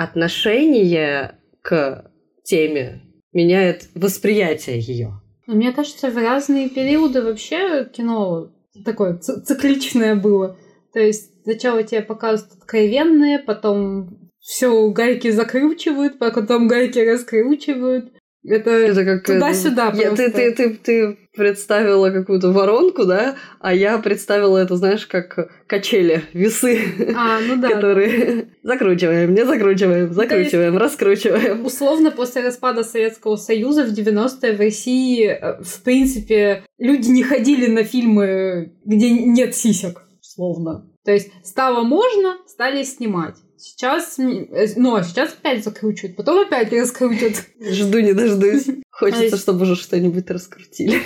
отношение к теме меняет восприятие ее. Мне кажется, в разные периоды вообще кино такое ц- цикличное было. То есть сначала тебе показывают откровенные, потом все гайки закручивают, потом гайки раскручивают. Это, это как туда-сюда я, просто. Ты, ты, ты, ты представила какую-то воронку, да? А я представила это, знаешь, как качели, весы, а, ну да, которые да. закручиваем, не закручиваем, закручиваем, есть, раскручиваем. Условно, после распада Советского Союза в девяностые в России, в принципе, люди не ходили на фильмы, где нет сисек, условно. То есть стало можно, стали снимать. Сейчас, ну, а сейчас опять закручивают, потом опять раскрутят. Жду не дождусь. Хочется, а чтобы уже что-нибудь раскрутили.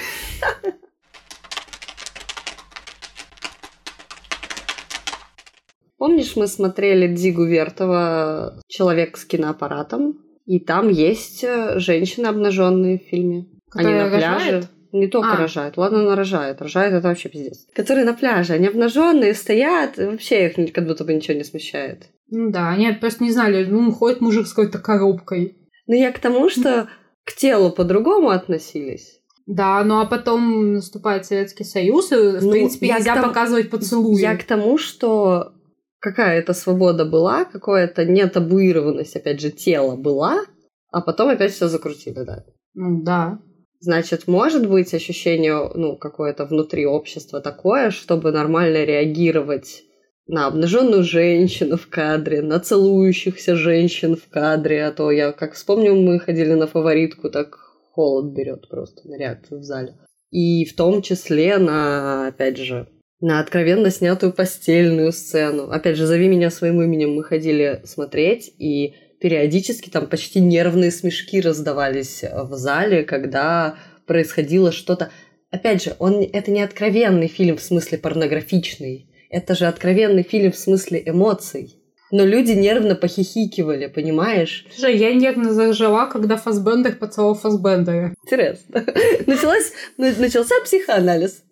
Помнишь, мы смотрели Дзигу Вертова «Человек с киноаппаратом», и там есть женщины обнаженные в фильме. Которая они на пляже. Рожает? Не только а. рожает. Ладно, она рожает. Рожает — это вообще пиздец. Которые на пляже. Они обнаженные, стоят. И вообще их как будто бы ничего не смущает. Ну да, они просто не знали. Ну, ходит мужик с какой-то коробкой. Ну, я к тому, что к телу по-другому относились. Да, ну а потом наступает Советский Союз, и, в ну, принципе, нельзя тому... показывать поцелуи. Я к тому, что какая-то свобода была, какая-то нетабуированность, опять же, тела была, а потом опять все закрутили, да. Ну да. Значит, может быть ощущение, ну, какое-то внутри общества такое, чтобы нормально реагировать на обнаженную женщину в кадре, на целующихся женщин в кадре, а то я, как вспомню, мы ходили на «Фаворитку», так холод берет просто на реакцию в зале. И в том числе на, опять же, на откровенно снятую постельную сцену. Опять же, «Зови меня своим именем» мы ходили смотреть, и периодически там почти нервные смешки раздавались в зале, когда происходило что-то. Опять же, он, это не откровенный фильм в смысле порнографичный. Это же откровенный фильм в смысле эмоций. Но люди нервно похихикивали, понимаешь? Слушай, я нервно заржала, когда Фассбендер поцеловал Фассбендера. Интересно. Началась, начался психоанализ.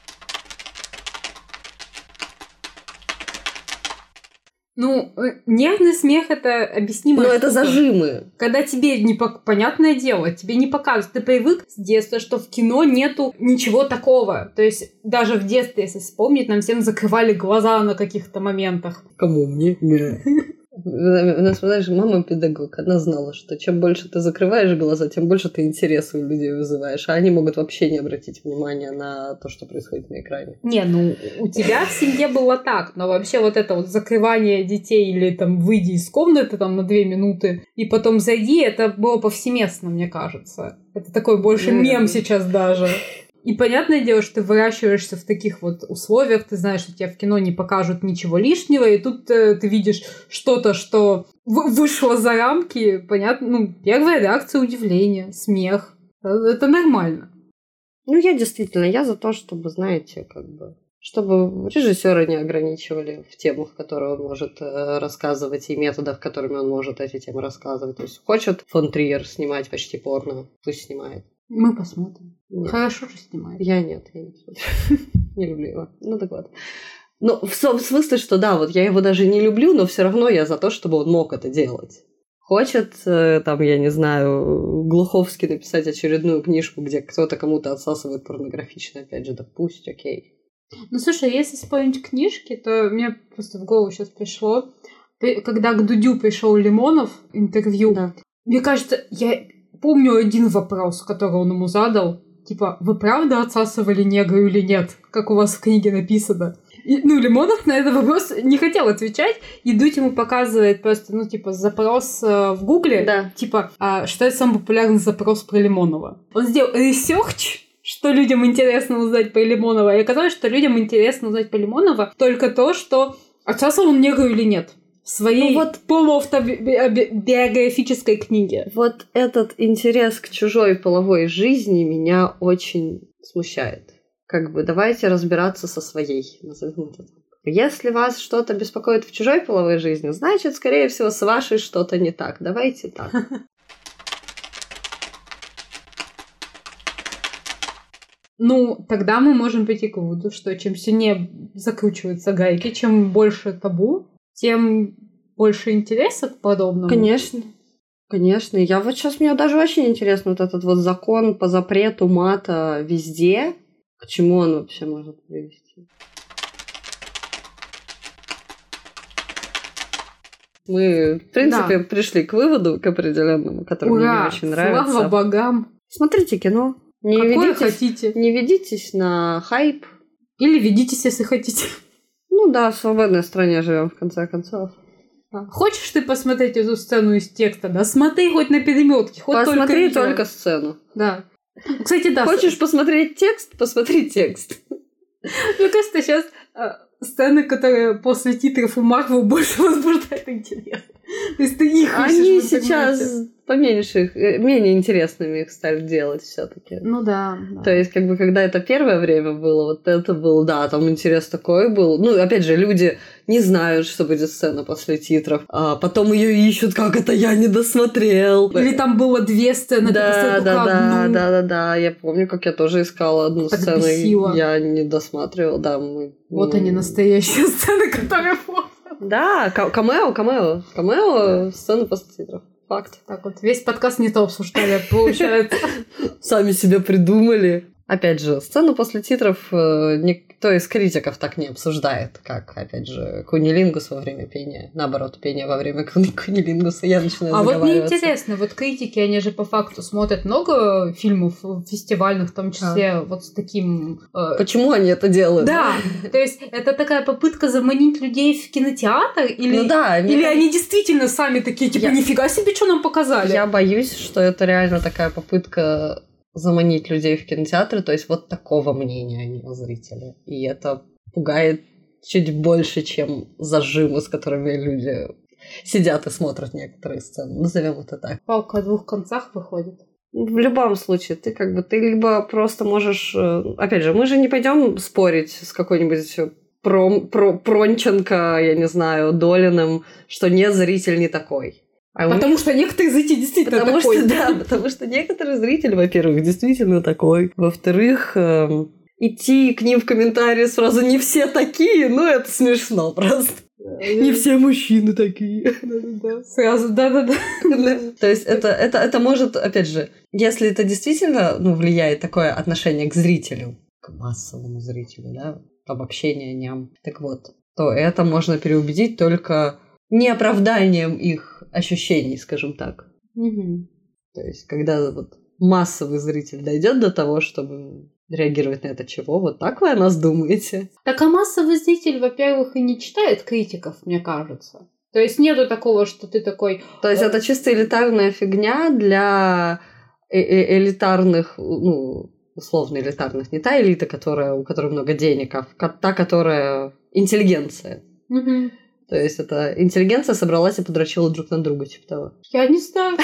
Ну, нервный смех — это объяснимо. Но это зажимы. Когда тебе не по... понятное дело, тебе не показывают. Ты привык с детства, что в кино нету ничего такого. То есть даже в детстве, если вспомнить, нам всем закрывали глаза на каких-то моментах. Кому мне? У нас, знаешь, мама педагог, она знала, что чем больше ты закрываешь глаза, тем больше ты интересы у людей вызываешь, а они могут вообще не обратить внимания на то, что происходит на экране. Не, ну, у тебя в семье было так, но вообще вот это вот закрывание детей или там выйди из комнаты там на две минуты и потом зайди, это было повсеместно, мне кажется. Это такой больше мем сейчас даже. И понятное дело, что ты выращиваешься в таких вот условиях, ты знаешь, что тебе в кино не покажут ничего лишнего, и тут э, ты видишь что-то, что в- вышло за рамки, понятно, ну, первая реакция удивления, смех. Это нормально. Ну, я действительно, я за то, чтобы, знаете, как бы, чтобы режиссера не ограничивали в темах, которые он может э, рассказывать, и методах, которыми он может эти темы рассказывать. То есть хочет фон Триер снимать почти порно, пусть снимает. Мы посмотрим. Нет. Хорошо же снимает. Я нет, я не смотрю. Не люблю его. Ну так вот. Ну, в, в смысле, что да, вот я его даже не люблю, но все равно я за то, чтобы он мог это делать. Хочет, э, там, я не знаю, Глуховский написать очередную книжку, где кто-то кому-то отсасывает порнографично, опять же, да пусть, окей. Ну, слушай, если вспомнить книжки, то мне просто в голову сейчас пришло, когда к Дудю пришел Лимонов, интервью, Да. Мне кажется, я помню один вопрос, который он ему задал. Типа, вы правда отсасывали негру или нет? Как у вас в книге написано. И, ну, Лимонов на этот вопрос не хотел отвечать. И Дудь ему показывает просто, ну, типа, запрос э, в Гугле. Да. Типа, а, что это самый популярный запрос про Лимонова. Он сделал ресерч, что людям интересно узнать про Лимонова. И оказалось, что людям интересно узнать про Лимонова только то, что отсасывал он негру или нет. В своей ну, вот полуавтобиографической книге. Вот этот интерес к чужой половой жизни меня очень смущает. Как бы давайте разбираться со своей. Назовем это так. Если вас что-то беспокоит в чужой половой жизни, значит, скорее всего, с вашей что-то не так. Давайте так. Ну, тогда мы можем прийти к выводу, что чем сильнее закручиваются гайки, чем больше табу, тем больше интереса к подобному. Конечно. Конечно. Я вот сейчас, мне даже очень интересно вот этот вот закон по запрету мата везде. К чему он вообще может привести? Мы, в принципе, да. пришли к выводу, к определенному, который Ура! мне очень нравится. Слава богам! Смотрите кино. Не Какое ведитесь, хотите. Не ведитесь на хайп. Или ведитесь, если хотите. Ну да, в свободной стране живем, в конце концов. Хочешь ты посмотреть эту сцену из текста? Да смотри хоть на переметке, хоть Посмотри только, только сцену. Да. Кстати, да. Хочешь посмотреть текст? Посмотри текст. Мне кажется, сейчас а, сцены, которые после титров у Марвел больше возбуждают интерес. То есть ты их Они сейчас поменьше, их, менее интересными их стали делать все-таки. Ну да, да. То есть, как бы, когда это первое время было, вот это был, да, там интерес такой был. Ну, опять же, люди не знают, что будет сцена после титров, а потом ее ищут, как это я не досмотрел. Или там было две сцены, да, ты да, да, одну. да, да, да. Я помню, как я тоже искала одну так сцену, бесило. и я не досматривала, да. Мы, вот мы... они, настоящие сцены, которые да, камео, камео, камео, сцены после титров. Факт. Так вот, весь подкаст не то обсуждали, получается. Сами себя придумали. Опять же, сцену после титров никто из критиков так не обсуждает, как, опять же, кунилингус во время пения. Наоборот, пение во время кунилингуса я начинаю а заговариваться. А вот мне интересно, вот критики, они же по факту смотрят много фильмов фестивальных, в том числе а. вот с таким... Э... Почему они это делают? Да, то есть это такая попытка заманить людей в кинотеатр? Или, ну да, или мне... они действительно сами такие, типа, я... нифига себе, что нам показали? Я боюсь, что это реально такая попытка... заманить людей в кинотеатры, то есть вот такого мнения они о зрителе. И это пугает чуть больше, чем зажимы, с которыми люди сидят и смотрят некоторые сцены. Назовем это так. Палка о двух концах выходит. В любом случае, ты как бы, ты либо просто можешь... Опять же, мы же не пойдем спорить с какой-нибудь пром, про, Пронченко, я не знаю, Долиным, что нет, зритель не такой. А потому них... что некоторые зрители действительно потому такой. Что, да, потому что некоторые зрители, во-первых, действительно такой. Во-вторых, э, идти к ним в комментарии сразу не все такие, ну это смешно просто. Не все мужчины такие. Да-да-да. Сразу, да-да-да. То есть это, это, это может, опять же, если это действительно ну, влияет такое отношение к зрителю, к массовому зрителю, да, обобщение ням, так вот, то это можно переубедить только... не оправданием их ощущений, скажем так. Угу. То есть, когда вот массовый зритель дойдет до того, чтобы реагировать на это, чего? Вот так вы о нас думаете? Так а массовый зритель, во-первых, и не читает критиков, мне кажется. То есть нету такого, что ты такой... То есть это чисто элитарная фигня для э- э- элитарных, ну, условно элитарных. Не та элита, которая, у которой много денег, а та, которая интеллигенция. Угу. То есть это интеллигенция собралась и подрочила друг на друга, типа того. Я не знаю.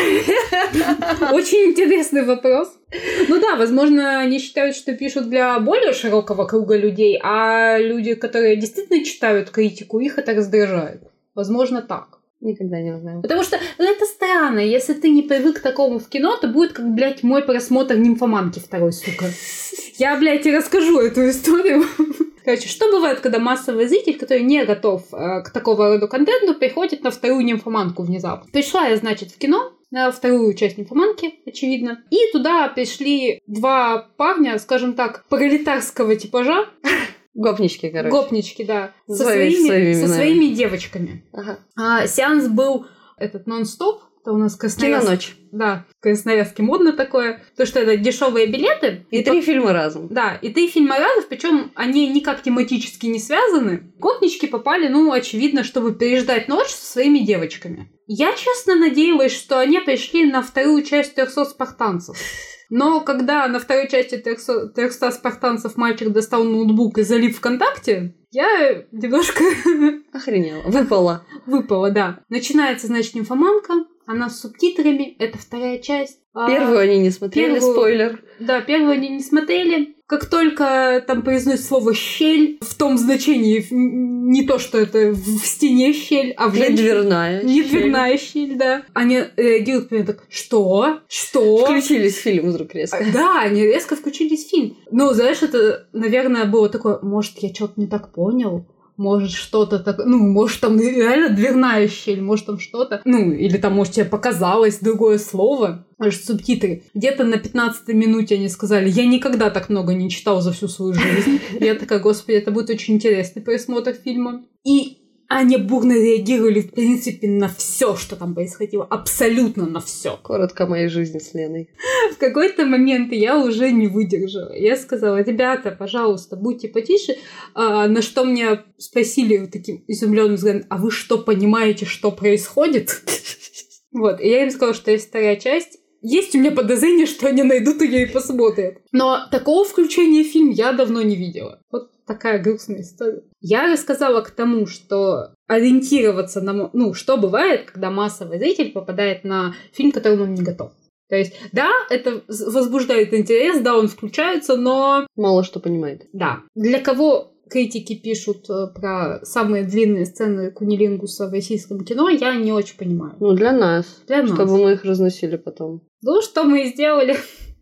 Очень интересный вопрос. Ну да, возможно, они считают, что пишут для более широкого круга людей, а люди, которые действительно читают критику, их это раздражает. Возможно, так. Никогда не узнаю. Потому что ну, это странно. Если ты не привык к такому в кино, то будет как, блядь, мой просмотр «Нимфоманки» второй, сука. Я, блядь, и расскажу эту историю. Короче, что бывает, когда массовый зритель, который не готов э, к такого рода контенту, приходит на вторую «Нимфоманку» внезапно? Пришла я, значит, в кино, на вторую часть «Нимфоманки», очевидно. И туда пришли два парня, скажем так, пролетарского типажа. Гопнички, короче. Гопнички, да. Со Свои, своими, своими, со своими девочками. Ага. А, сеанс был этот нон-стоп. Это у нас Красноярск. Киноночь. Да, в Красноярске модно такое. То, что это дешевые билеты. И, и три по... фильма разом. Да, и три фильма разом, причем они никак тематически не связаны. Гопнички попали, ну, очевидно, чтобы переждать ночь со своими девочками. Я, честно, надеялась, что они пришли на вторую часть трехсот спартанцев. Но когда на второй части трехсот спартанцев мальчик достал ноутбук и залив ВКонтакте, я немножко... Охренела. Выпала. Выпала, да. Начинается, значит, «Нимфоманка». Она с субтитрами. Это вторая часть. Первую а... они не смотрели, первую... спойлер. Да, первую они не смотрели. Как только там произносит слово «щель», в том значении, не то, что это в стене щель, а в женщине... Не дверная Не щель. дверная щель, да. Они реагируют примерно так: «Что? Что?» Включились в фильм вдруг резко. Да, они резко включились в фильм. Ну, знаешь, это, наверное, было такое: может, я что-то не так понял? Может, что-то так... Ну, может, там реально дверная щель, может, там что-то... Ну, или там, может, тебе показалось другое слово. Может, субтитры. Где-то на пятнадцатой минуте они сказали: я никогда так много не читал за всю свою жизнь. Я такая: господи, это будет очень интересный просмотр фильма. И они бурно реагировали, в принципе, на все, что там происходило. Абсолютно на все. Коротко о моей жизни с Леной. В какой-то момент я уже не выдержала. Я сказала: ребята, пожалуйста, будьте потише. А, на что меня спросили вот таким изумленным взглядом: а вы что, понимаете, что происходит? Вот. И я им сказала, что есть вторая часть. Есть у меня подозрение, что они найдут ее и посмотрят. Но такого включения в фильм я давно не видела. Вот такая грустная история. Я рассказала к тому, что ориентироваться на... Ну, что бывает, когда массовый зритель попадает на фильм, к которому он не готов. То есть, да, это возбуждает интерес, да, он включается, но... Мало что понимает. Да. Для кого критики пишут про самые длинные сцены кунилингуса в российском кино, я не очень понимаю. Ну, для нас. Для нас. Чтобы мы их разносили потом. Ну, что мы и сделали.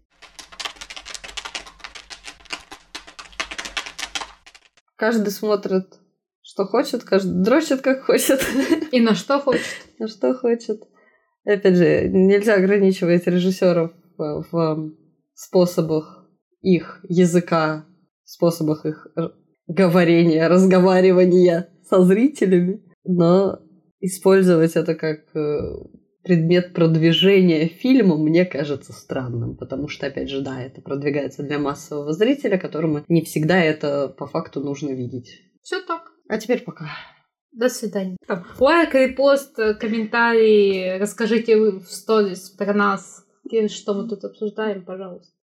Каждый смотрит, что хочет, каждый дрочит, как хочет. И на что хочет. На что хочет. Опять же, нельзя ограничивать режиссеров в, в способах их языка, способах их говорения, разговаривания со зрителями, но использовать это как предмет продвижения фильма мне кажется странным, потому что, опять же, да, это продвигается для массового зрителя, которому не всегда это по факту нужно видеть. Все так. А теперь пока. До свидания. Там, лайк, репост, комментарий, расскажите в сторис про нас, что мы тут обсуждаем, пожалуйста.